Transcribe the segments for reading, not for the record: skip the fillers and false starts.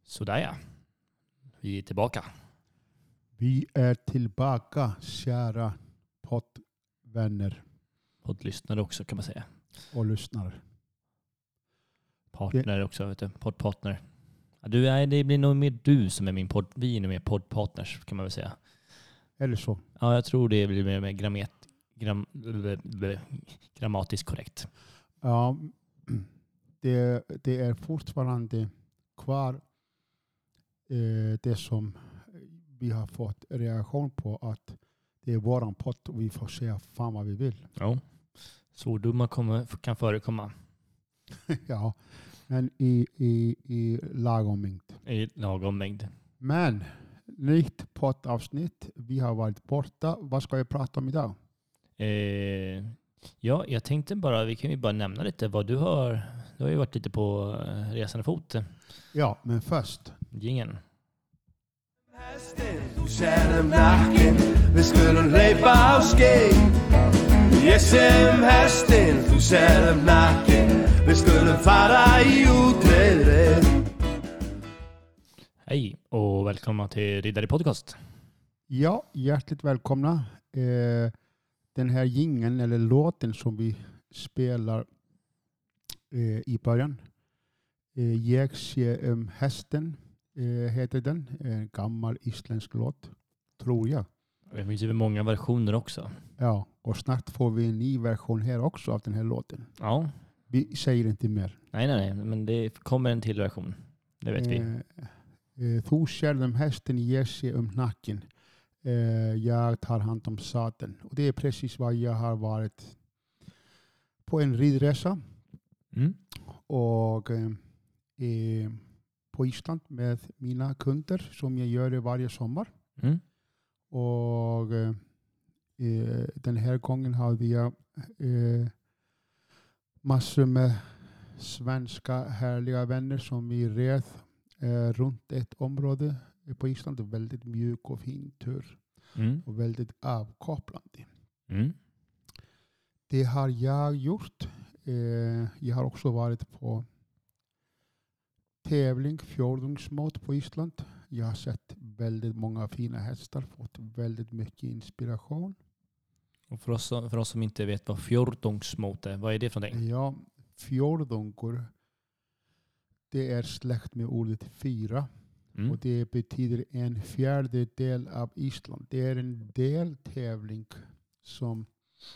Sådär ja. Vi är tillbaka. Vi är tillbaka, kära poddvänner Poddlyssnare också kan man säga. och lyssnare. Partner också, vet du. Poddpartner. Ja, det blir nog mer du som är min podd. Vi är nog mer poddpartners kan man väl säga. Eller så. Ja, jag tror det blir mer grammatiskt korrekt. Ja, det är fortfarande kvar det som vi har fått reaktion på, att det är våran podd och vi får säga fan vad vi vill. Ja. Svordomar kan förekomma. Ja, men i lagom mängd. I lagom mängd. Men nytt poddavsnitt. Vi har varit borta. Vad ska jag prata om idag? Ja, jag tänkte vi kan ju bara nämna lite vad du har. Du har ju varit lite på resande fot. Ja, men först. Gingen. Du satte nacken, vi skulle löpa av ski. SM-hästen, du satte nacken, vi skulle fara i utredare. Hej och välkomna till Riddare Podcast. Ja, hjärtligt välkomna. Den här jingeln eller låten som vi spelar i början. Jag ser hästen heter den. En gammal isländsk låt, tror jag. Det finns ju många versioner också. Ja, och snart får vi en ny version här också av den här låten. Ja. Vi säger inte mer. Nej, men det kommer en till version. Det vet vi. Du ser hästen ger sig nacken. Jag tar hand om sadeln. Och det är precis vad jag har varit på en ridresa. Och på Island med mina kunder som jag gör det varje sommar. Och den här gången hade jag massor med svenska härliga vänner som vi red runt ett område på Island. Väldigt mjuk och fin tur. Och väldigt avkopplande. Det har jag gjort. Jag har också varit på tävling, fjordungsmått på Island. Jag har sett väldigt många fina hästar, fått väldigt mycket inspiration. Och för oss som inte vet vad fjordungsmått är, vad är det för någonting? Ja, fjordungur, det är släkt med ordet fyra. Och det betyder en fjärdedel av Island. Det är en deltävling som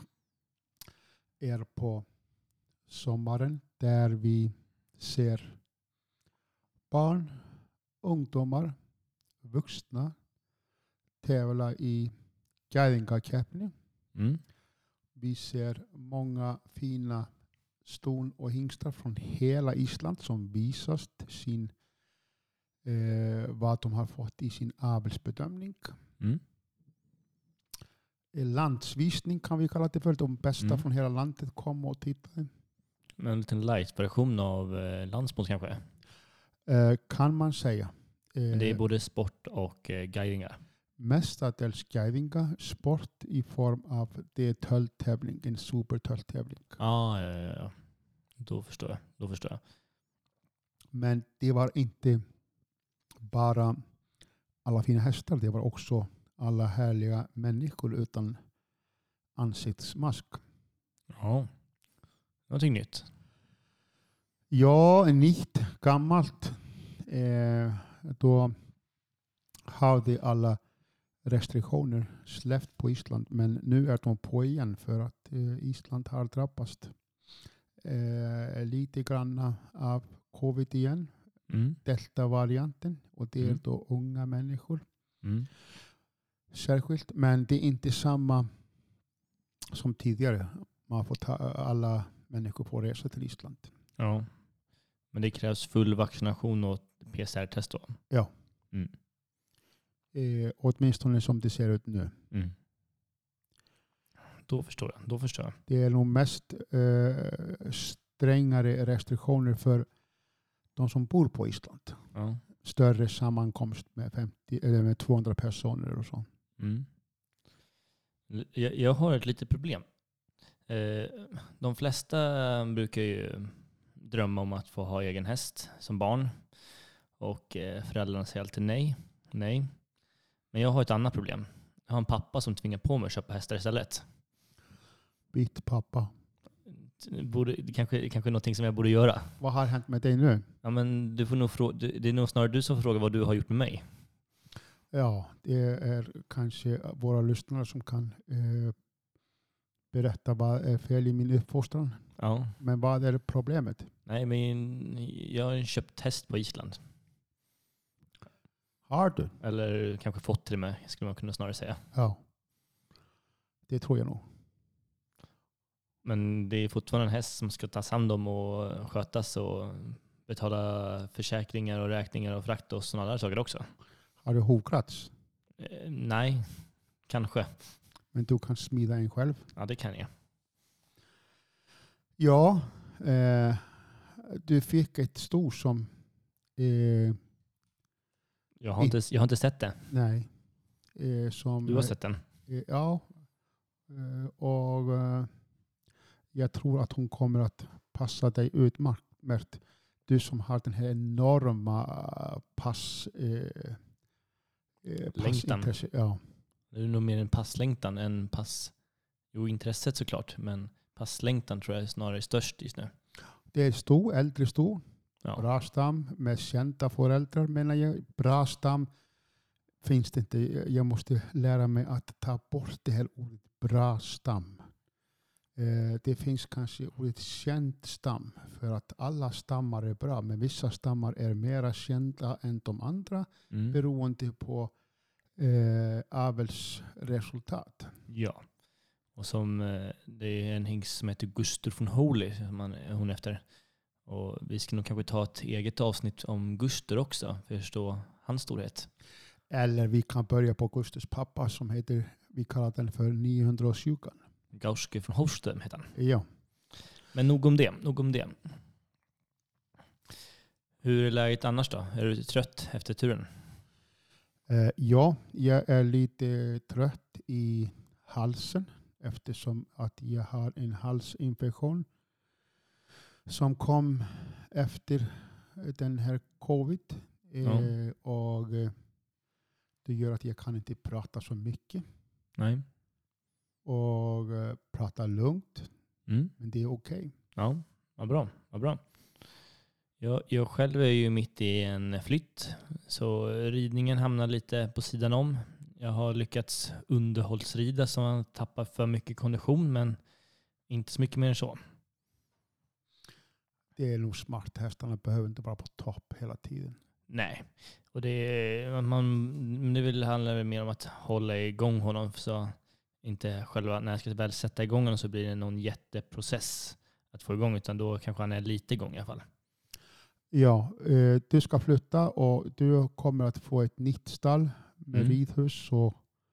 är på sommaren där vi ser barn, ungdomar, vuxna tävla i guidingakäppning. Vi ser många fina ston och hingstar från hela Island som visas sin vad de har fått i sin avelsbedömning. Landsvisning kan vi kalla det för. De bästa från hela landet kom och tittade. En liten light-version av landsmål kanske? Kan man säga. Men det är både sport och guidingar. Mestadels guidingar, sport i form av det tölttävling, en supertölttävling. Ja. Då förstår jag. Men det var inte bara alla fina hästar, det var också alla härliga människor utan ansiktsmask. Ja, någonting nytt. Ja, nytt, gammalt. Då hade alla restriktioner släppt på Island, men nu är de på igen för att Island har drabbats lite grann av covid igen. Delta-varianten, och det är då unga människor. Särskilt, men det är inte samma som tidigare. Man får alla människor på resa till Island. Ja, men det krävs full vaccination och PCR-test då? Ja. Åtminstone som det ser ut nu. Då förstår jag. Det är nog mest strängare restriktioner för de som bor på Island. Ja. Större sammankomst med 50 eller med 200 personer och så. Jag har ett litet problem. De flesta brukar ju drömma om att få ha egen häst som barn. Och föräldrarna säger alltid nej. Men jag har ett annat problem. Jag har en pappa som tvingar på mig att köpa hästar istället. Byt pappa. Kanske någonting som jag borde göra. Vad har hänt med dig nu? Ja, men du får nog det är nog snarare du som får fråga vad du har gjort med mig. Ja, det är kanske våra lyssnare som kan berätta vad är fel i min uppfostran. Ja. Men vad är problemet? Nej, men jag har köpt häst på Island. Har du? Eller kanske fått till mig, skulle man kunna snarare säga. Ja. Det tror jag nog. Men det är fortfarande en häst som ska tas hand om och skötas och betala försäkringar och räkningar och frakt och sådana där saker också. Har du hovkrats? Nej, kanske. Men du kan smida en själv? Ja, det kan jag. Ja, du fick ett sto som... Jag har inte sett det. Nej. Som, Du har sett den? Ja. Och jag tror att hon kommer att passa dig utmärkt. Du som har den här enorma längtan. Ja. Det är nog mer en passlängtan än pass... Jo, intresset såklart. Men passlängtan tror jag är snarare störst just nu. Det är äldre sto. Ja. Bra stam med kända föräldrar menar jag. Bra stam finns det inte. Jag måste lära mig att ta bort det här ordet bra stam. Det finns kanske ordet känd stam. För att alla stammar är bra. Men vissa stammar är mera kända än de andra. Beroende på avelsresultat. Ja. Och som det är en hingst som heter Guster von Holy som hon efter. Och vi ska nog kanske ta ett eget avsnitt om Guster också för att förstå hans storhet. Eller vi kan börja på Gusters pappa som heter, vi kallar den för 900-årskyrkan. Gauske von Hofstöm heter han. Ja. Men nog om det. Hur är läget annars då? Är du trött efter turen? Ja, jag är lite trött i halsen eftersom att jag har en halsinfektion som kom efter den här covid. Och det gör att jag kan inte prata så mycket. Nej. Och prata lugnt. Men det är okej. Ja, vad bra. Jag själv är ju mitt i en flytt. Så ridningen hamnar lite på sidan om. Jag har lyckats underhållsrida så man tappar för mycket kondition. Men inte så mycket mer än så. Det är nog smart. Hästarna behöver inte vara på topp hela tiden. Nej. Och det handlar mer om att hålla igång honom. Så inte själva, när jag ska väl sätta igång honom så blir det någon jätteprocess att få igång. Utan då kanske han är lite igång i alla fall. Ja, du ska flytta och du kommer att få ett nytt stall med ridhus och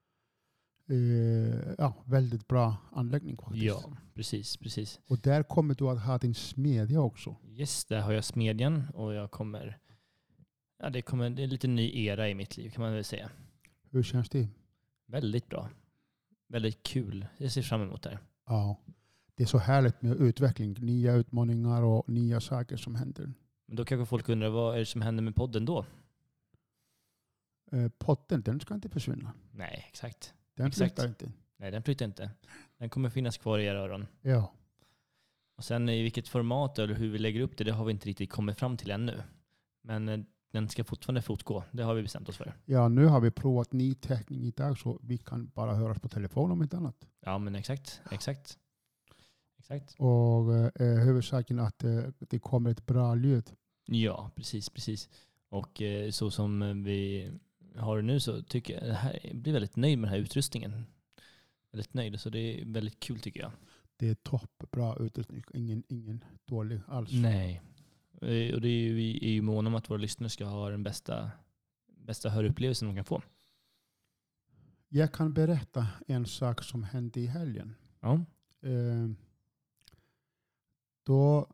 väldigt bra anläggning faktiskt. Ja, precis. Och där kommer du att ha din smedja också. Yes, där har jag smedjan och jag kommer... Ja, det är en lite ny era i mitt liv kan man väl säga. Hur känns det? Väldigt bra. Väldigt kul. Jag ser fram emot det. Ja, det är så härligt med utveckling. Nya utmaningar och nya saker som händer. Men då kanske folk undrar, vad är det som händer med podden då? Podden, den ska inte försvinna. Nej, exakt. Den flyttar inte. Nej, den flyttar inte. Den kommer finnas kvar i era öron. Ja. Och sen i vilket format eller hur vi lägger upp det har vi inte riktigt kommit fram till ännu. Men den ska fortfarande fortgå. Det har vi bestämt oss för. Ja, nu har vi provat ny teknik idag så vi kan bara höras på telefon om inte annat. Ja, men exakt. Och huvudsaken att det kommer ett bra ljud. Ja, precis. Och så som vi har det nu så tycker jag blir väldigt nöjd med den här utrustningen. Väldigt nöjd, så det är väldigt kul tycker jag. Det är toppbra utrustning. Ingen dålig alls. Nej. Och vi är ju måna om att våra lyssnare ska ha den bästa hörupplevelsen de kan få. Jag kan berätta en sak som hände i helgen. Ja. Då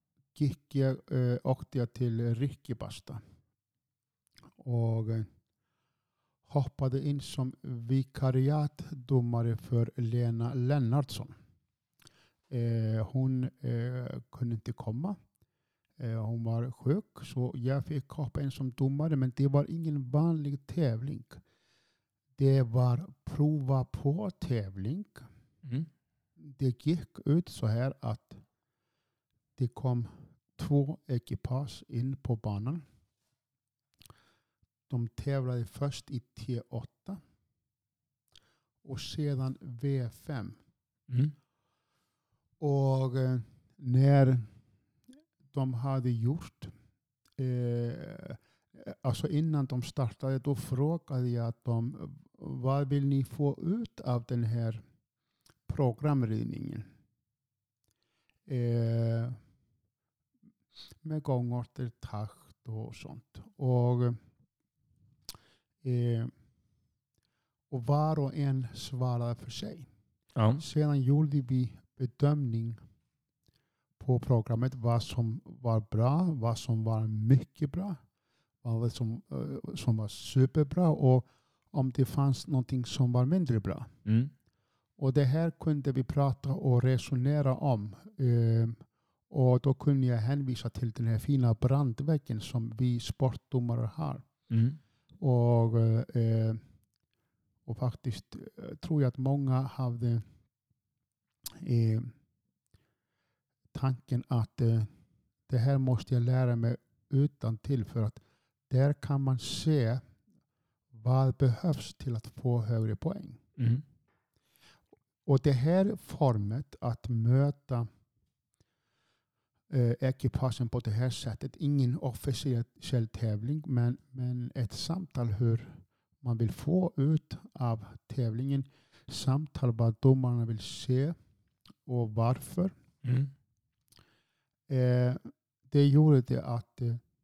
åkte jag till Rikkibasta och hoppade in som vikariatdomare för Lena Lennartsson. Hon kunde inte komma Hon var sjuk, så jag fick hoppa in som domare, men det var ingen vanlig tävling. Det var prova på tävling. Det gick ut så här att det kom 2 ekipage in på banan. De tävlade först i T8 och sedan V5. Och när de hade gjort, alltså innan de startade, då frågade jag dem, vad vill ni få ut av den här programridningen? Med gångarter, takt och sånt. Och var och en svarade för sig. Ja. Sedan gjorde vi bedömning på programmet, vad som var bra, vad som var mycket bra, vad som var superbra och om det fanns någonting som var mindre bra. Och det här kunde vi prata och resonera om. Och då kunde jag hänvisa till den här fina brandväggen som vi sportdomare har. Och faktiskt tror jag att många hade tanken att det här måste jag lära mig utan till, för att där kan man se vad behövs till att få högre poäng. Och det här formet att möta ekipagen på det här sättet, ingen officiell tävling, men ett samtal hur man vill få ut av tävlingen, samtal vad domarna vill se och varför. Det gjorde det att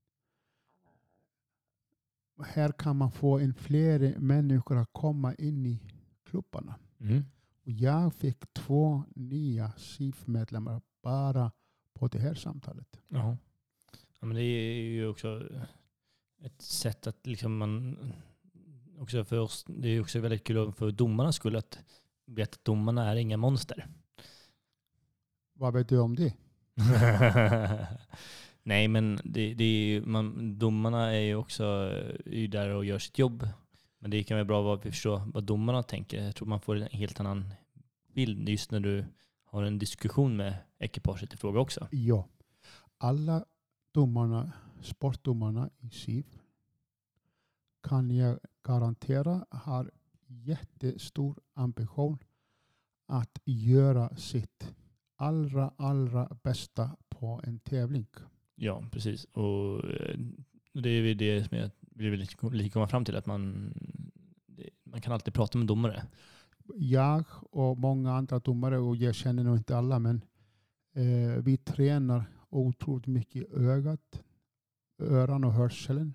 här kan man få in fler människor att komma in i klubbarna. Och jag fick 2 nya SIF-medlemmar bara på det här samtalet. Ja, men det är ju också ett sätt att liksom man också för oss, det är också väldigt kul för domarna skulle att veta att domarna är inga monster. Vad vet du om det? Nej, men det är ju, domarna är ju också där och gör sitt jobb. Men det kan vara bra att vi förstår vad domarna tänker. Jag tror man får en helt annan bild just när du har en diskussion med ekipaget i fråga också. Ja. Alla domarna, sportdomarna i SIF, kan jag garantera har jättestor ambition att göra sitt allra bästa på en tävling. Ja, precis. Och det är ju det som jag vill komma fram till, att man kan alltid prata med domare. Jag och många andra domare, och jag känner nog inte alla, men vi tränar otroligt mycket i ögat, öron och hörseln.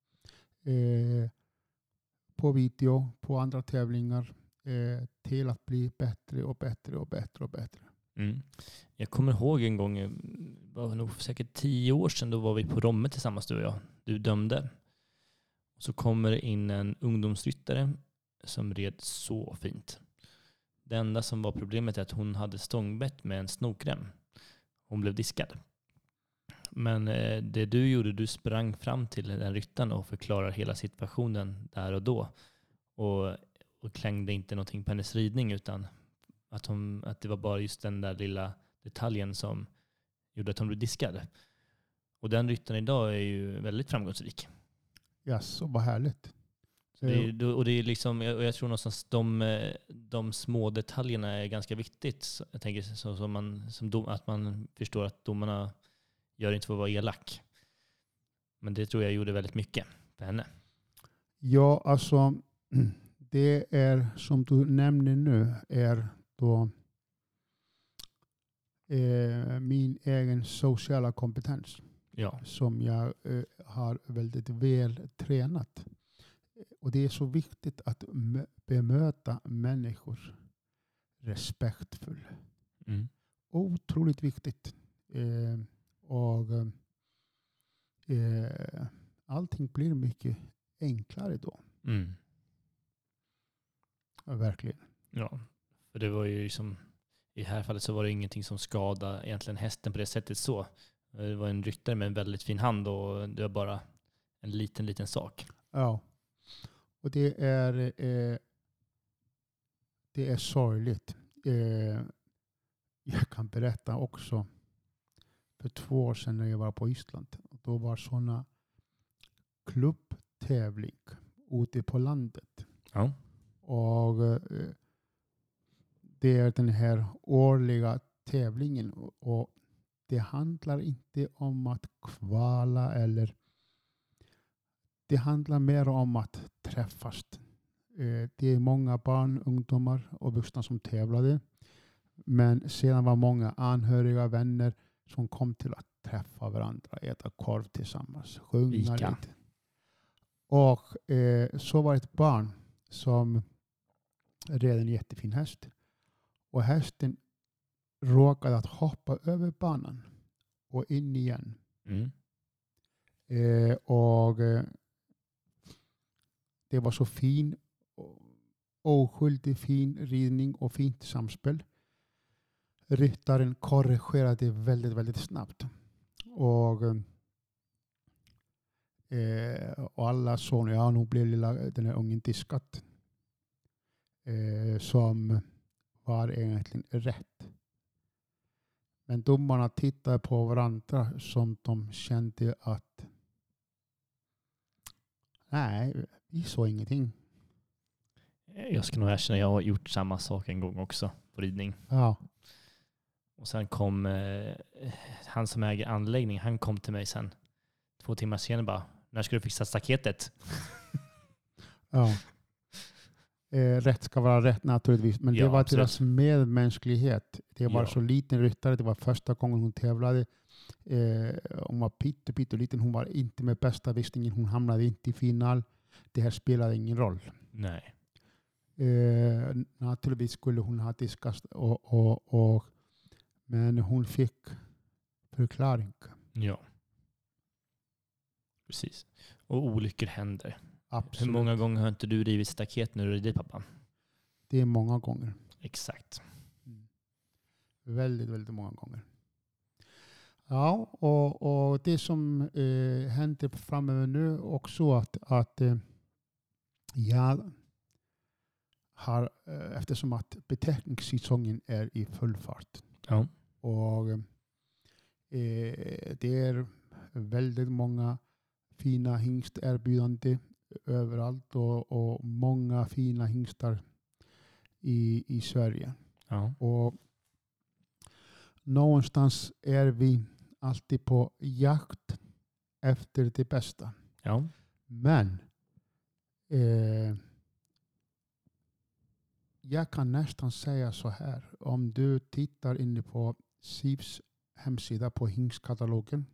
På video, på andra tävlingar, till att bli bättre och bättre och bättre och bättre. Jag kommer ihåg en gång, det var nog säkert 10 år sedan, då var vi på Romme tillsammans, du och jag. Du dömde. Så kommer det in en ungdomsryttare som red så fint. Det enda som var problemet är att hon hade stångbett med en snokrem. Hon blev diskad. Men det du gjorde, du sprang fram till den ryttaren och förklarar hela situationen där och då. Och klängde inte någonting på hennes ridning, utan att det var bara just den där lilla detaljen som gjorde att hon blev diskad. Och den ryttaren idag är ju väldigt framgångsrik. Ja, så vad härligt. Och det är liksom, jag tror någonstans de små detaljerna är ganska viktigt. Jag tänker att man förstår att domarna gör inte för att vara elak. Men det tror jag gjorde väldigt mycket för henne. Ja, alltså det är som du nämner nu är då min egen sociala kompetens. Ja. Som jag har väldigt väl tränat. Och det är så viktigt att bemöta människor respektfullt. Otroligt viktigt. Och allting blir mycket enklare då. Verkligen. Ja, för det var ju som i det här fallet så var det ingenting som skadade egentligen hästen på det sättet så. Det var en ryttare med en väldigt fin hand och det var bara en liten sak. Ja. Och det är sorgligt. Jag kan berätta också för 2 år sedan när jag var på Island. Då var sådana klubbtävling ute på landet. Ja. Och det är den här årliga tävlingen. Och det handlar inte om att kvala eller det handlar mer om att träffas. Det är många barn, ungdomar och vuxna som tävlade. Men sedan var många anhöriga vänner som kom till att träffa varandra, äta korv tillsammans, sjunga lite. Och så var ett barn som red en jättefin häst. Och hästen råkade att hoppa över banan och in igen. Mm. Och det var så fin, oskyldig fin ridning och fint samspel. Ryttaren korrigerade väldigt, väldigt snabbt. Och alla såg, ja nu blev den här ungen diskat. Som var egentligen rätt. Men domarna tittade på varandra som de kände att nej, vi såg ingenting. Jag ska nog erkänna, jag har gjort samma sak en gång också på ridning. Ja. Och sen kom han som äger anläggning, han kom till mig sen 2 timmar senare bara, när ska du fixa staketet? Ja. Rätt ska vara rätt naturligtvis. Men det var absolut. deras medmänsklighet. Det var Ja. så liten ryttare. Det var första gången hon tävlade. Hon var pytteliten. Hon var inte med bästa visningen. Hon hamnade inte i final. Det här spelade ingen roll. Nej. Naturligtvis skulle hon ha diskats. Men hon fick förklaring. Ja. Precis. Och olyckor händer. Absolut. Hur många gånger har inte du rivit staket när du rider, pappa? Det är många gånger. Exakt. Väldigt, väldigt många gånger. Ja, och det som händer framöver nu också att jag har, eftersom att beteckningssäsongen är i full fart. Ja. Och det är väldigt många fina hingsterbjudanden överallt och många fina hingstar i Sverige. Ja. Och någonstans är vi alltid på jakt efter det bästa. Ja. Men jag kan nästan säga så här. Om du tittar inne på SIFs hemsida på hingskatalogen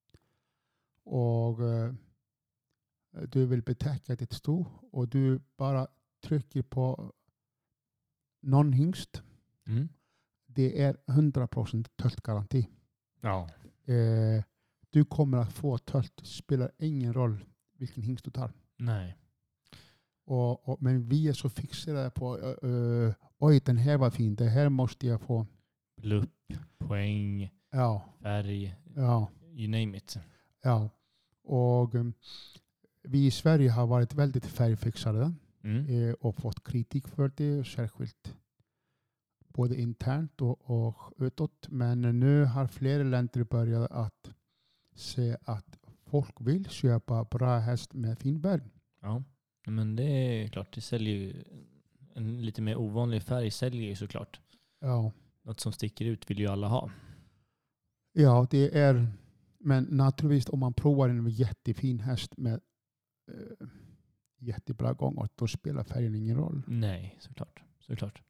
och du vill betäcka ditt sto och du bara trycker på någon hingst. Mm. Det är 100% töltgaranti. Ja. Du kommer att få tölt. Det spelar ingen roll vilken hingst du tar. Nej. Men vi är så fixerade på oj, den här var fin. Det här måste jag få. Lupp, poäng, färg, you name it. Ja. Och vi i Sverige har varit väldigt färgfixade och fått kritik för det, särskilt både internt och utåt. Men nu har flera länder börjat att se att folk vill köpa bra häst med fin färg. Ja, men det är klart. Det säljer ju en lite mer ovanlig färg säljer ju såklart. Ja. Något som sticker ut vill ju alla ha. Ja, det är. Men naturligtvis om man provar en jättefin häst med jättebra gång, då spelar färgen ingen roll. Nej, såklart.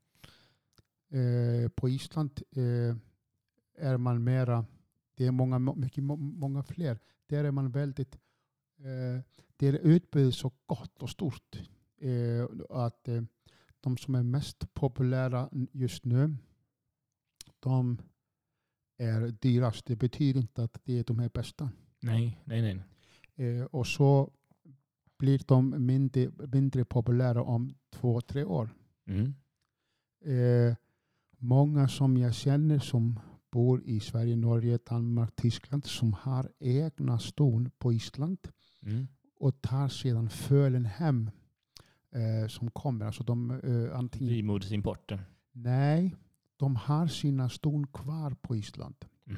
På Island är man mera, det är många fler. Där är man väldigt, det är utbudet så gott och stort att de som är mest populära just nu, de är dyrast. Det betyder inte att det är de här bästa. Nej. Och så blir de mindre populära om 2-3 år. Mm. Många som jag känner som bor i Sverige, Norge, Danmark, Tyskland som har egna ston på Island och tar sedan fölen hem som kommer. Alltså de antingen... Livmodersimporten. Nej, de har sina ston kvar på Island.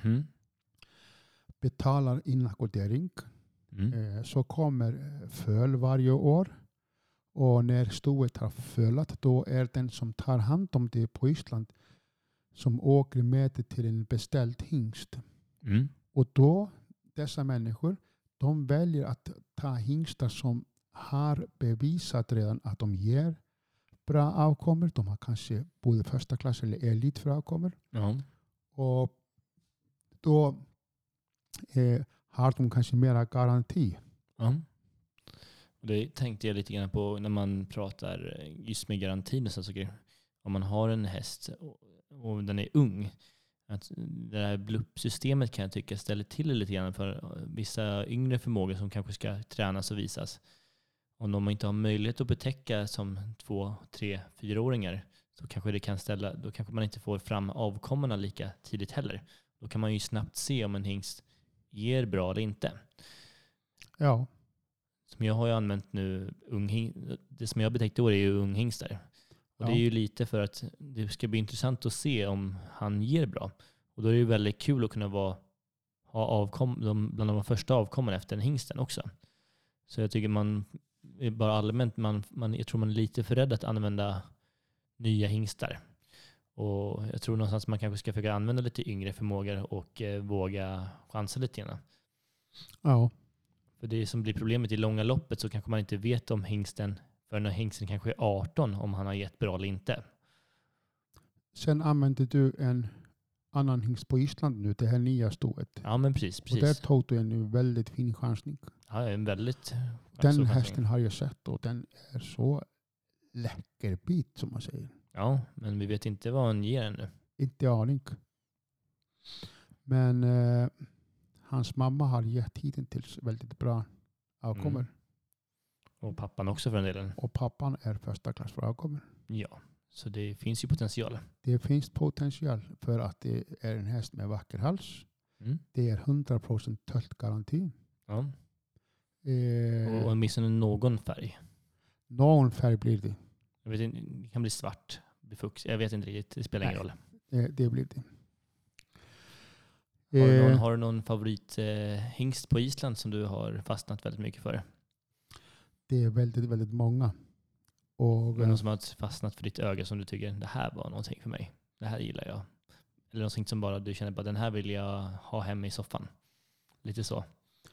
Betalar inackordering. Så kommer föl varje år. Och när stoet har fölat, då är den som tar hand om det på Island som åker med det till en beställd hingst. Och då, dessa människor, de väljer att ta hingstar som har bevisat redan att de ger bra avkommor. De har kanske både första klass eller elit för avkommor. Och då har de kanske mera garanti. Och det tänkte jag lite grann på när man pratar just med garantin och så saker. Om man har en häst och den är ung, att det här bluppsystemet kan jag tycka ställer till det lite grann för vissa yngre förmågor som kanske ska tränas och visas. Om de inte har möjlighet att betäcka som 2, 3, 4-åringar så kanske det kan då kanske man inte får fram avkommorna lika tidigt heller. Då kan man ju snabbt se om en hingst ger bra eller inte. Ja. Som jag har ju använt nu, det som jag har betäckt då är ju unghingstar. Och det är ju lite för att det ska bli intressant att se om han ger bra. Och då är det ju väldigt kul att kunna ha bland de första avkommorna efter en hingsten också. Så jag tycker man bara allmänt, jag tror man är lite för rädd att använda nya hingstar. Och jag tror någonstans man kanske ska försöka använda lite yngre förmågor och våga chansa lite grann. Ja. För det som blir problemet i långa loppet så kanske man inte vet om hingsten, för när hingsten kanske är 18, om han har gett bra eller inte. Sen använde du en annan hingst på Island nu, det här nya stoet. Ja, men precis. Och där tog du en väldigt fin chansning. Ja, en väldigt... Den hästen har jag sett och den är så läcker bit som man säger. Ja, men vi vet inte vad han ger ännu. Inte aning. Men hans mamma har gett hittills väldigt bra avkommor. Och pappan också för en delen. Och pappan är första klass för avkommor. Ja, så det finns ju potential. Det finns potential för att det är en häst med vacker hals. Det är 100% töltgaranti. Ja. Och åtminstone någon färg. Någon färg blir det. Jag vet inte, det kan bli svart. Jag vet inte riktigt, det spelar ingen roll. Det blir det. Har du någon favorithingst på Island som du har fastnat väldigt mycket för? Det är väldigt, väldigt många. Och någon som har fastnat för ditt öga som du tycker, det här var någonting för mig. Det här gillar jag. Eller någonting som bara du känner på, den här vill jag ha hemma i soffan. Lite så.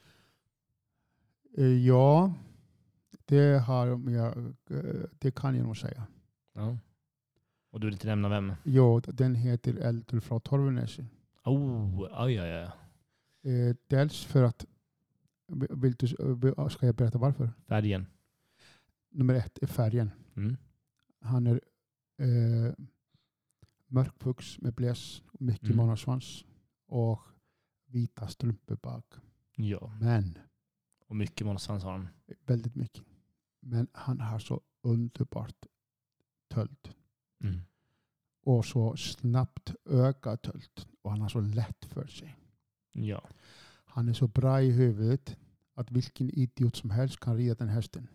Ja, det kan jag nog säga. Ja. Och du vill inte nämna vem? Ja, den heter Eldul från Torvenäs. Ja. Dels för att, ska jag berätta varför? Färgen. Nummer 1 är färgen. Han är mörkfux med bläs, mycket manasvans och vita strumpor bak. Ja. Och mycket manasvans har han. Väldigt mycket. Men han har så underbart tölt. Och så snabbt ökar tölt. Och han har så lätt för sig. Ja. Han är så bra i huvudet att vilken idiot som helst kan rida den hästen.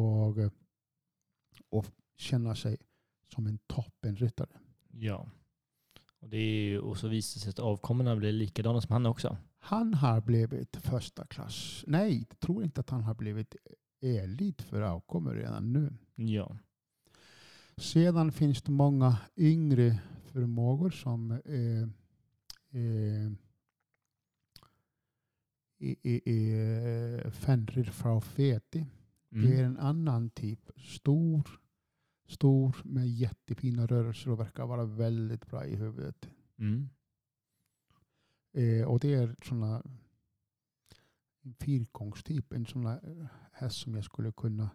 Och känna sig som en toppenryttare. Ja. Och det är ju, och så visar sig att avkommorna blir likadana som han också. Han har blivit första klass. Nej, jag tror inte att han har blivit elit för avkommor redan nu. Ja. Sedan finns det många yngre förmågor som Fenrir från Feti. Det är en annan typ. Stor med jättefina rörelser och verkar vara väldigt bra i huvudet. Och det är såna en fyrgångstyp. En sån häst som jag skulle kunna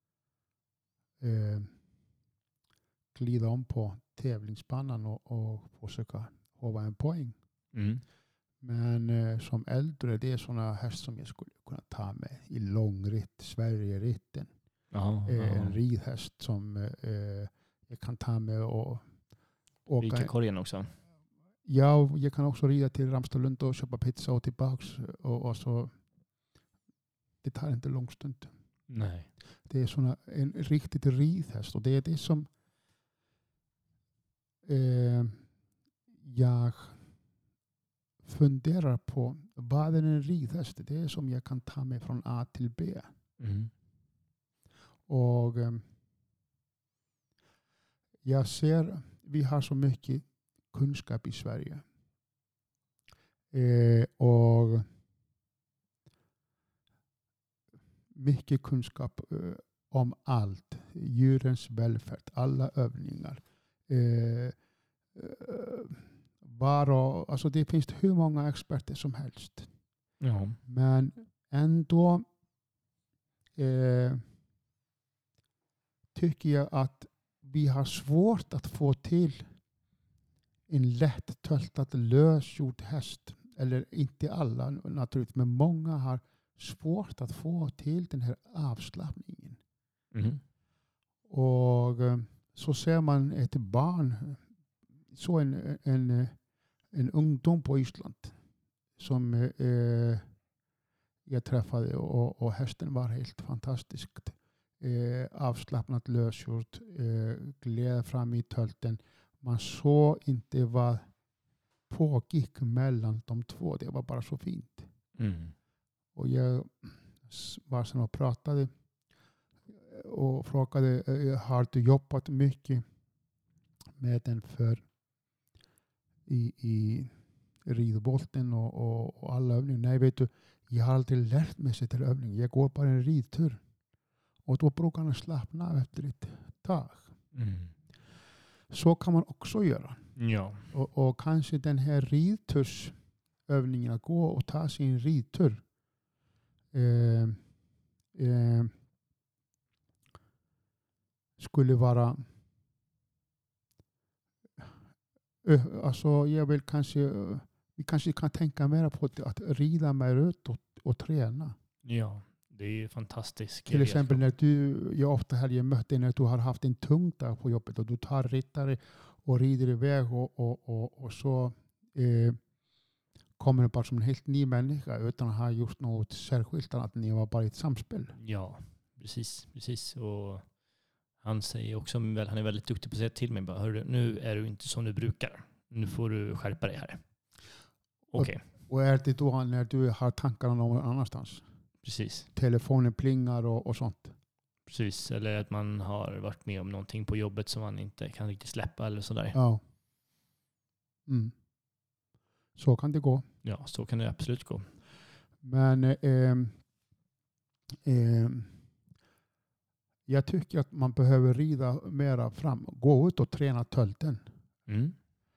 glida om på tävlingsbanan och försöka hålla en poäng. Men som äldre, det är såna hästar som jag skulle kunna ta med i långritt, Sverigeritten. En ridhäst som jag kan ta med och åka. Vikakorgen också. Ja, jag kan också rida till Ramstadlund och köpa pizza och tillbaks. Och så. Det tar inte lång stund. Nej. Det är en riktigt ridhäst. Och det är det som jag funderar på. Vad är en ridhäst? Det är som jag kan ta mig från A till B. Mm. Och jag ser, vi har så mycket kunskap i Sverige. Och mycket kunskap om allt. Djurens välfärd, alla övningar. Alltså det finns hur många experter som helst. Ja. Men ändå tycker jag att vi har svårt att få till en lätt töltad lösgjord häst. Eller inte alla naturligtvis, men många har svårt att få till den här avslappningen. Mm. Och så ser man ett barn, så en ungdom på Island som jag träffade och hästen var helt fantastisk. Avslappnat lösgjort, gled fram i tölten. Man såg inte vad pågick mellan de två. Det var bara så fint. Mm. Och jag var sen och pratade och frågade, har du jobbat mycket med den för i ridbolten och alla övningar? Nej, vet du, jag har aldrig lärt mig sig till övning. Jag går bara en ridtur. Och då brukar man slappna av efter ett tag. Mm. Så kan man också göra. Ja. Och kanske den här ridtursövningen, att gå och ta sin ridtur. Skulle vara alltså jag vill vi kanske kan tänka mer på att rida mer ut och träna. Ja, det är ju fantastiskt. Till exempel när jag ofta har mött dig när du har haft en tung dag på jobbet och du tar ryttare och rider iväg och så kommer det bara som en helt ny människa utan att ha gjort något särskilt annat. Ni var bara i ett samspel. Ja, precis. Och han säger också, han är väldigt duktig på att säga till mig, bara, hörru, nu är du inte som du brukar. Nu får du skärpa dig här. Okej. Och är det då när du har tankarna någon annanstans? Precis. Telefonen plingar och sånt. Precis, eller att man har varit med om någonting på jobbet som man inte kan riktigt släppa eller sådär. Ja. Mm. Så kan det gå. Ja, så kan det absolut gå. Men jag tycker att man behöver rida mera fram. Gå ut och träna tölten. Mm.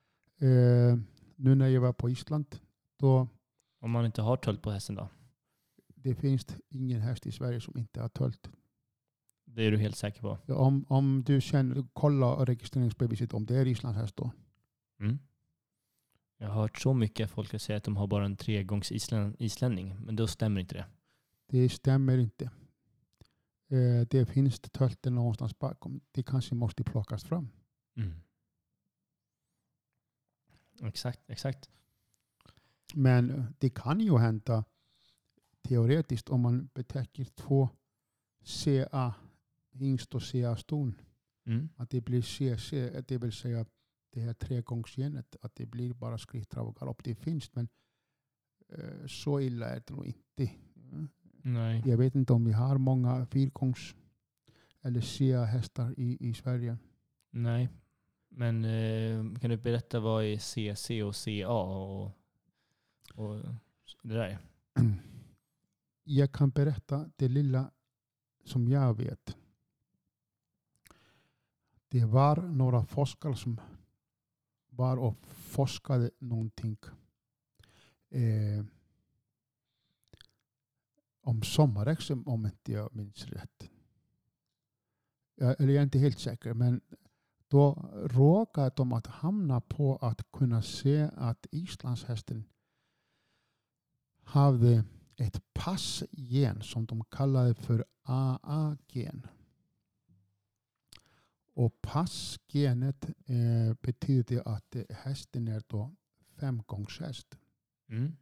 Nu när jag var på Island, då Om man inte har tölt på hästen då? det finns ingen häst i Sverige som inte har tölt. Det är du helt säker på? Om du kolla registreringsbeviset om det är Islands häst då. Mm. Jag har hört så mycket folk säga att de har bara en 3-gångs islänning, men då stämmer inte det. Det stämmer inte. Det finns tölten någonstans bakom. Det kanske måste plockas fram. Mm. Exakt. Men det kan ju hända teoretiskt om man betäcker 2 CA, hingst och CA-ston. Mm. Att det blir CC, det vill säga det här 3-gångsgenet, att det blir bara skritttrav och galopp. Det finns, men så illa är det nog inte. Nej. Jag vet inte om vi har många 4-gångs eller CA-hästar i Sverige. Nej. Men kan du berätta vad är CC och CA och det där? Jag kan berätta det lilla som jag vet. Det var några forskare som var och forskade någonting om sommarexem, om inte jag minns rätt. Jag är inte helt säker, men då råkade de att hamna på att kunna se att islandshästen hade ett passgen som de kallade för AA-gen. Och passgenet betyder att hästen är då femgångshäst. Mm.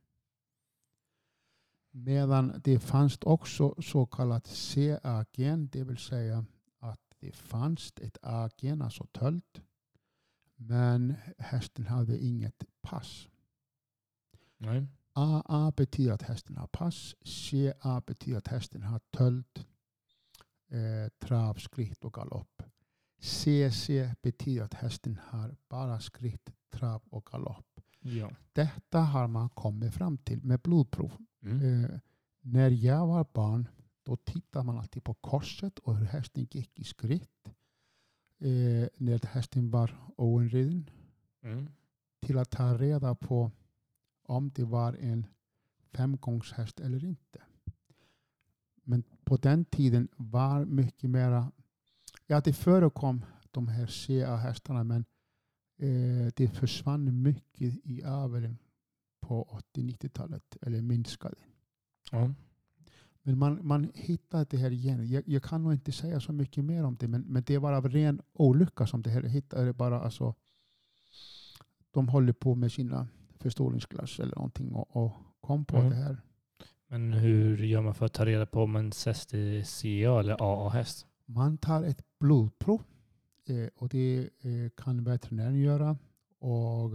Medan det fanns också så kallat C-agen, det vill säga att det fanns ett agen, alltså tölt, men hästen hade inget pass. Nej. AA betyder att hästen har pass, CA betyder att hästen har tölt, trav, skritt och galopp. CC betyder att hästen har bara skritt, trav och galopp. Ja. Detta har man kommit fram till med blodprov. Mm. När jag var barn, då tittade man alltid på korset och hur hästen gick i skritt. När hästen var oinriden. Mm. Till att ta reda på om det var en femgångshäst eller inte. Men på den tiden var mycket mera, ja det förekom de här CA-hästarna, men det försvann mycket i aveln på 80-90-talet, eller minskade. Ja. Men man hittade det här igen. Jag kan nog inte säga så mycket mer om det, men det var av ren olycka som det här hittade. Bara, alltså, de håller på med sina förstoringsglas eller någonting och kom på det här. Men hur gör man för att ta reda på om en häst är CA eller AA-häst? Man tar ett blodprov och det kan veterinären göra. Och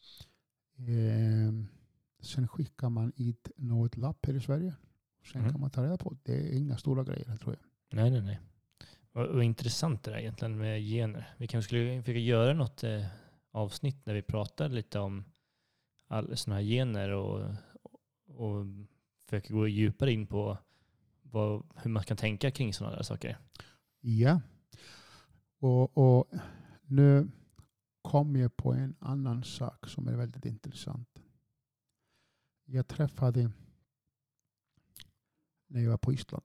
sen skickar man hit något lapp här i Sverige. Sen kan man ta reda på. Det är inga stora grejer, tror jag. Nej. Och intressant det där egentligen med gener. Vi kanske skulle försöka göra något avsnitt när vi pratar lite om alla sådana här gener och försöka gå djupare in på hur man kan tänka kring sådana där saker. Ja. Och nu kommer jag på en annan sak som är väldigt intressant. Jag träffade när jag var på Island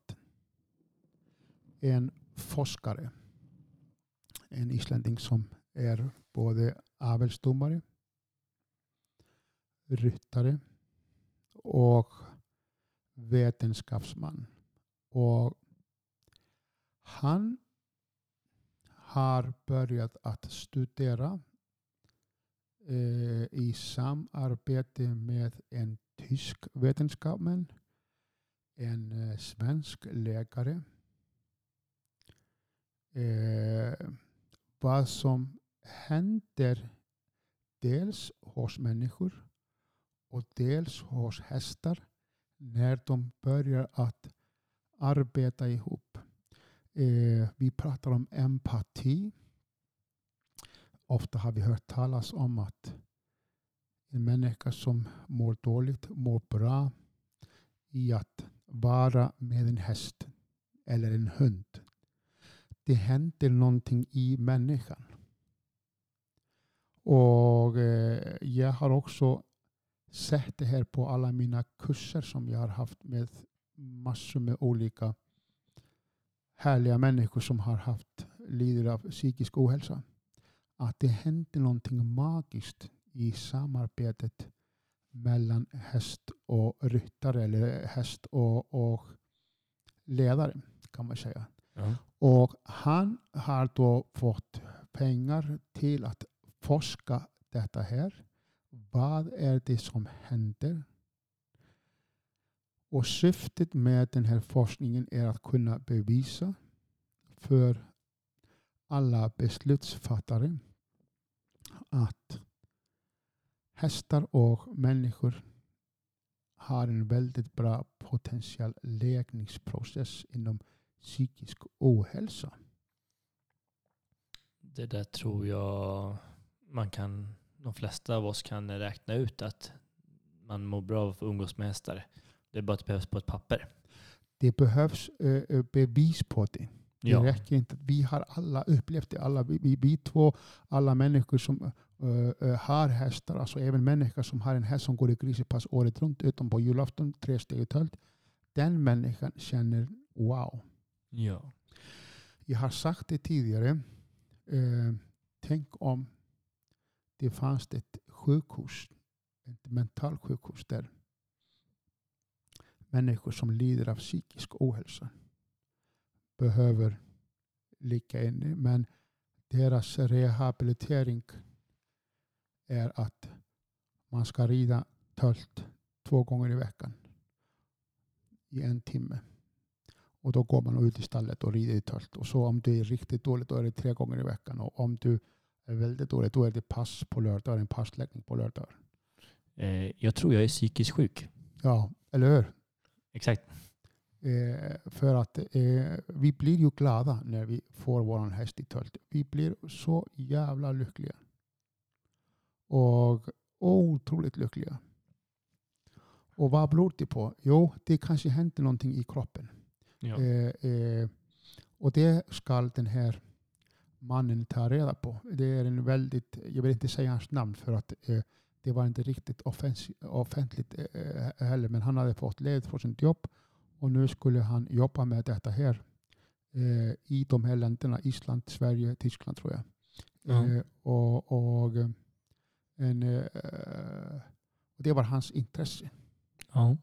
en forskare, en islänning som är både avelsdomare, ryttare och vetenskapsman. Och han har börjat att studera i samarbete med en tysk vetenskapsman, en svensk läkare, vad som händer dels hos människor och dels hos hästar när de börjar att arbeta ihop. Vi pratar om empati. Ofta har vi hört talas om att en människa som mår dåligt mår bra i att vara med en häst eller en hund. Det händer någonting i människan. Och jag har också sett det här på alla mina kurser som jag har haft med massor med olika härliga människor som har lider av psykisk ohälsa. Att det händer någonting magiskt i samarbetet mellan häst och ryttare eller häst och ledare, kan man säga. Ja. Och han har då fått pengar till att forska detta här. Vad är det som händer? Och syftet med den här forskningen är att kunna bevisa för alla beslutsfattare att hästar och människor har en väldigt bra potentiell läkningsprocess inom psykisk ohälsa. Det där tror jag de flesta av oss kan räkna ut, att man mår bra av att umgås med hästar. Det är bara att det behövs på ett papper. Det behövs bevis på det. Det Ja. räcker inte. Vi har alla upplevt det. Vi två, alla människor som har hästar, alltså även människor som har en häst som går i grisepass året runt utom på julafton, 3 steg i tölt. Den människan känner wow. Ja. Jag har sagt det tidigare. Tänk om det fanns ett sjukhus, ett mentalsjukhus där människor som lider av psykisk ohälsa behöver ligga inne, men deras rehabilitering är att man ska rida tölt 2 gånger i veckan i 1 timme. Och då går man ut i stallet och rider i tölt. Och så om det är riktigt dåligt, då är det 3 gånger i veckan. Och om du är väldigt dåligt, då är det pass på lördag, en passläggning på lördag. Jag tror jag är psykiskt sjuk. Ja, eller hur? Exakt. För att vi blir ju glada när vi får våran häst i tölt. Vi blir så jävla lyckliga. Och otroligt lyckliga. Och vad beror det på? Jo, det kanske händer någonting i kroppen. Ja. Och det ska den här mannen ta reda på. Det är en väldigt, jag vill inte säga hans namn för att det var inte riktigt offentligt heller, men han hade fått led från sitt jobb och nu skulle han jobba med detta här i de här länderna, Island, Sverige, Tyskland tror jag. Och det var hans intresse. Ja.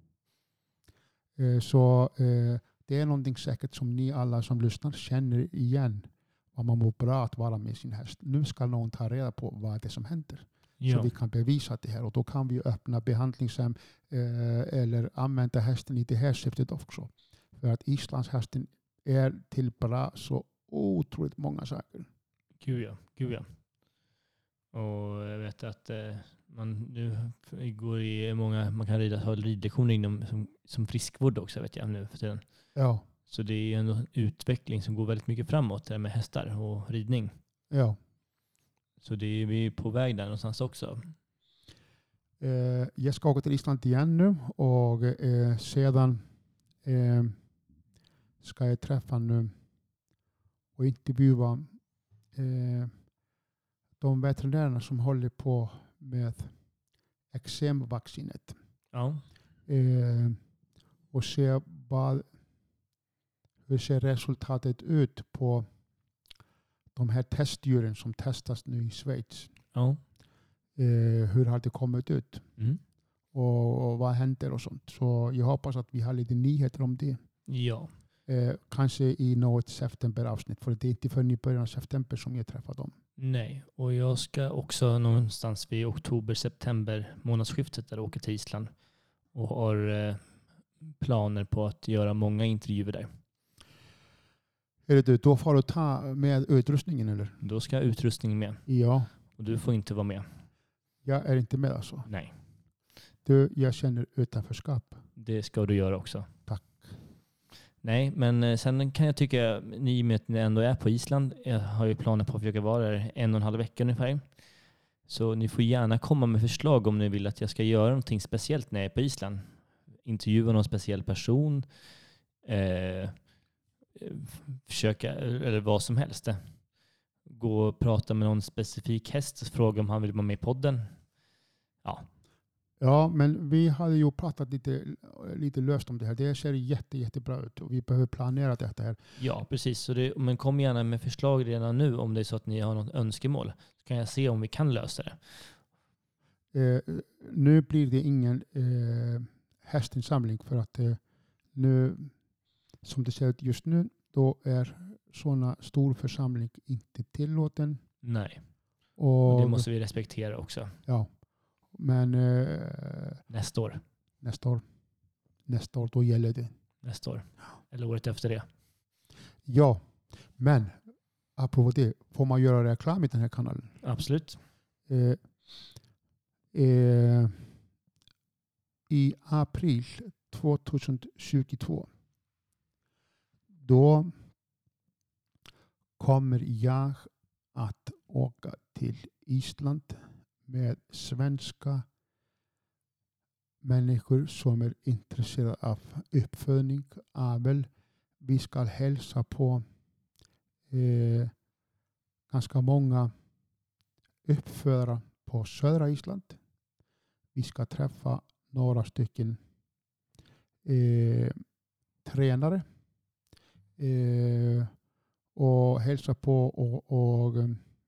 Så det är någonting säkert som ni alla som lyssnar känner igen. Vad man mår bra att vara med sin häst. Nu ska någon ta reda på vad det är som händer. Ja. Så vi kan bevisa det här. Och då kan vi öppna behandlingshem eller använda hästen i det här syftet också. För att islandshästen är till bra så otroligt många saker. Gud ja. Och jag vet att man nu går i många, man kan ha ridlektioner inom som friskvård också vet jag nu för tiden. Ja. Så det är ändå en utveckling som går väldigt mycket framåt där med hästar och ridning. Ja. Så det är vi på väg där någonstans också. Jag ska åka till Island igen nu och sedan ska jag träffa nu och intervjua de veterinärerna som håller på med eksemvaccinet. Ja. Och se hur ser resultatet ut på de här testdjuren som testas nu i Schweiz. Ja. Hur har det kommit ut? Mm. Och vad händer och sånt. Så jag hoppas att vi har lite nyheter om det. Ja. Kanske i något septemberavsnitt. För det är inte förrän i början av september som jag träffar dem. Nej, och jag ska också någonstans vid oktober-september månadsskiftet där åka till Island och har planer på att göra många intervjuer där. Är det då får du ta med utrustningen eller? Då ska utrustningen med. Ja. Och du får inte vara med. Jag är inte med alltså. Nej. Jag känner utanförskap. Det ska du göra också. Tack. Nej, men sen kan jag tycka, i och med att ni ändå är på Island, jag har ju planer på att försöka vara där 1,5 vecka ungefär. Så ni får gärna komma med förslag om ni vill att jag ska göra någonting speciellt när jag är på Island. Intervjua någon speciell person. Försöka, eller vad som helst. Gå och prata med någon specifik häst. Fråga om han vill vara med i podden. Ja. Ja, men vi hade ju pratat lite löst om det här. Det ser jättebra ut och vi behöver planera detta här. Ja, precis. Så men kom gärna med förslag redan nu om det är så att ni har något önskemål. Så kan jag se om vi kan lösa det. Nu blir det ingen hästinsamling för att nu, som det ser ut just nu, då är sådana stor församling inte tillåten. Nej. Och det måste vi respektera också. Ja. Men nästa år. Nästa år, då gäller det. Nästa år. Eller året efter det. Ja, men apropå det, får man göra reklam i den här kanalen? Absolut. I april 2022 då kommer jag att åka till Island med svenska människor som är intresserade av uppfödning, avel. Vi ska hälsa på ganska många uppfödare på södra Island. Vi ska träffa några stycken tränare och hälsa på och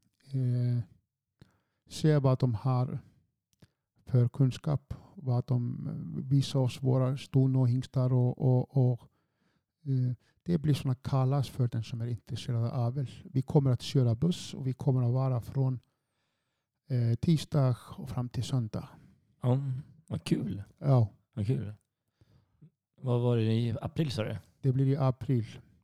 se vad de har för kunskap, vad de visar oss våra ston och hingstar och det blir sådana kalas för den som är intresserad av avel. Vi kommer att köra buss och vi kommer att vara från tisdag och fram till söndag. Ja, vad kul. Ja, Vad kul. Vad var det i april, sa du? det blir i april.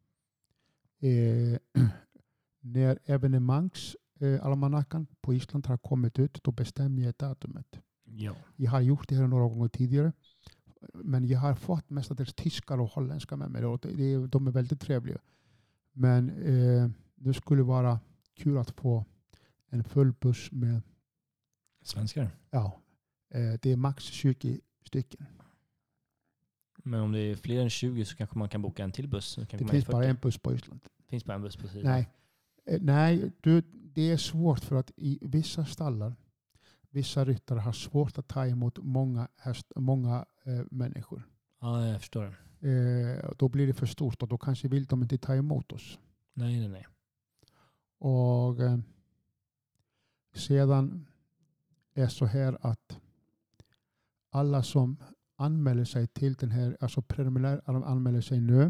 När evenemangsalmanackan på Island har kommit ut, då bestämmer jag datumet. Ja. Jag har gjort det här några gånger tidigare. Men jag har fått mestadels tyskar och holländska med mig. Och de är väldigt trevliga. Men det skulle vara kul att få en full buss med... Svenskar? Ja, det är max 20 stycken. Men om det är fler än 20 så kanske man kan boka en till buss. Så kanske Det man finns är 40. bara en buss på Island. Det finns bara en buss på sidan. Nej, det är svårt för att i vissa stallar, vissa ryttare har svårt att ta emot många människor. Ja, jag förstår. Då blir det för stort och då kanske vill de inte ta emot oss. Nej. Och sedan är så här att alla som anmäler sig till den här, alltså preliminär anmäler sig nu,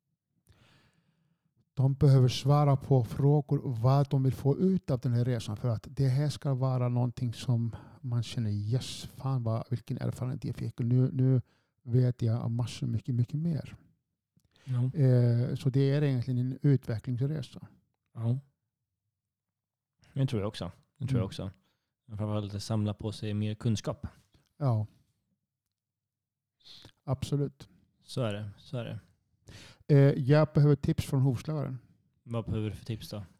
de behöver svara på frågor vad de vill få ut av den här resan. För att det här ska vara någonting som man känner, yes, fan vilken erfarenhet jag fick. Nu vet jag massor mycket mer. Ja. Så det är egentligen en utvecklingsresa. Ja. Det tror jag också. Framförallt samla på sig mer kunskap. Ja. Absolut. Så är det. Jag behöver tips från hovslagaren. Vad behöver du för tips då?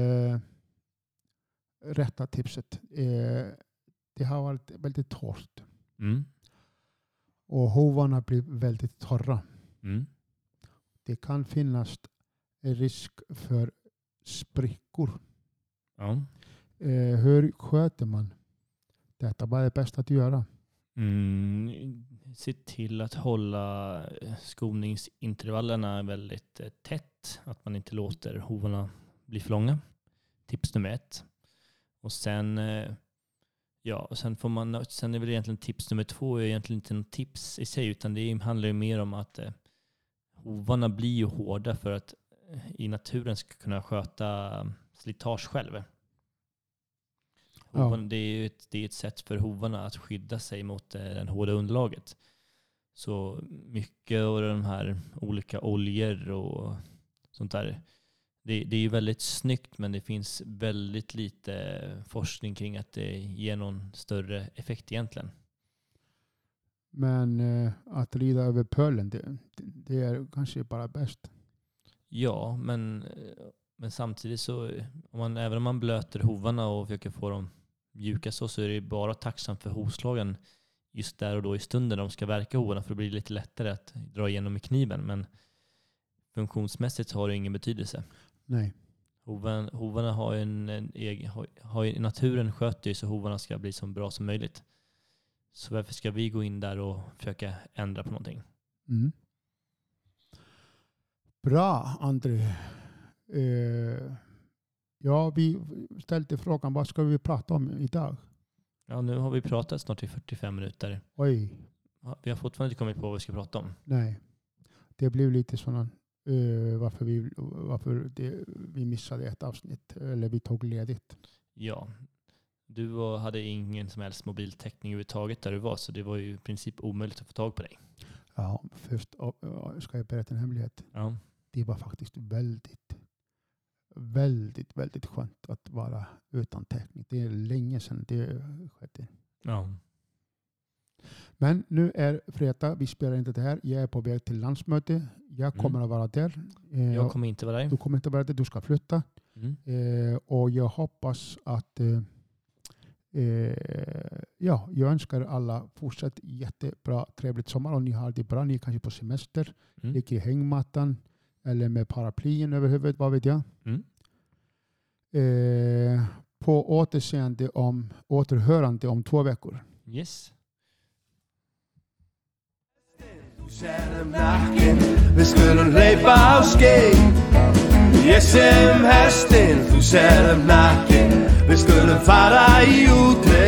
Rätta tipset. Det har varit väldigt torrt. Mm. Och hovarna blir väldigt torra. Mm. Det kan finnas risk för sprickor. Ja. Hur sköter man detta? Vad är det bäst att göra? Se till att hålla skoningsintervallerna väldigt tätt. Att man inte låter hovarna bli för långa. Tips nummer 1. Och sen sen är väl egentligen tips nummer 2 är egentligen inte något tips i sig, utan det handlar ju mer om att hovarna blir ju hårda för att i naturen ska kunna sköta slitage själv. Det är ett sätt för hovarna att skydda sig mot den hårda underlaget. Så mycket av de här olika oljor och sånt där, det är ju väldigt snyggt, men det finns väldigt lite forskning kring att det ger någon större effekt egentligen. Men att rida över pölen, det är kanske bara bäst. Ja, men samtidigt så även om man blöter hovarna och försöker få dem mjuka så är det bara tacksamt för hovslagen just där och då i stunden när de ska verka hovarna, för det blir lite lättare att dra igenom med kniven. Men funktionsmässigt har det ingen betydelse. Nej. Hovarna har i naturen sköter ju så hovarna ska bli så bra som möjligt. Så varför ska vi gå in där och försöka ändra på någonting? Mm. Bra, André. Vi ställde frågan, vad ska vi prata om idag? Ja, nu har vi pratat snart i 45 minuter. Oj. Vi har fortfarande inte kommit på vad vi ska prata om. Nej. Det blev lite sådana varför vi missade ett avsnitt, eller vi tog ledigt. Ja. Du hade ingen som helst mobiltäckning överhuvudtaget där du var, så det var ju i princip omöjligt att få tag på dig. Ja, först ska jag berätta en hemlighet. Ja. Det var faktiskt väldigt, väldigt, väldigt skönt att vara utan täckning. Det är länge sedan det skedde. Ja. Men nu är fredag, vi spelar inte det här. Jag är på väg till landsmöte. Jag kommer att vara där. Jag kommer inte vara där. Du kommer inte vara där, du ska flytta. Och jag hoppas att jag önskar alla fortsatt jättebra, trevligt sommar. Och ni har det bra, ni är kanske på semester. Ligger i hängmattan eller med paraplyen över huvudet, vad vet jag. På återhörande om 2 veckor. Yes. Vi skulle leipa á skeið. Ég sem hestinn, þú selum nakkinn. Vi skulle fara í útleið.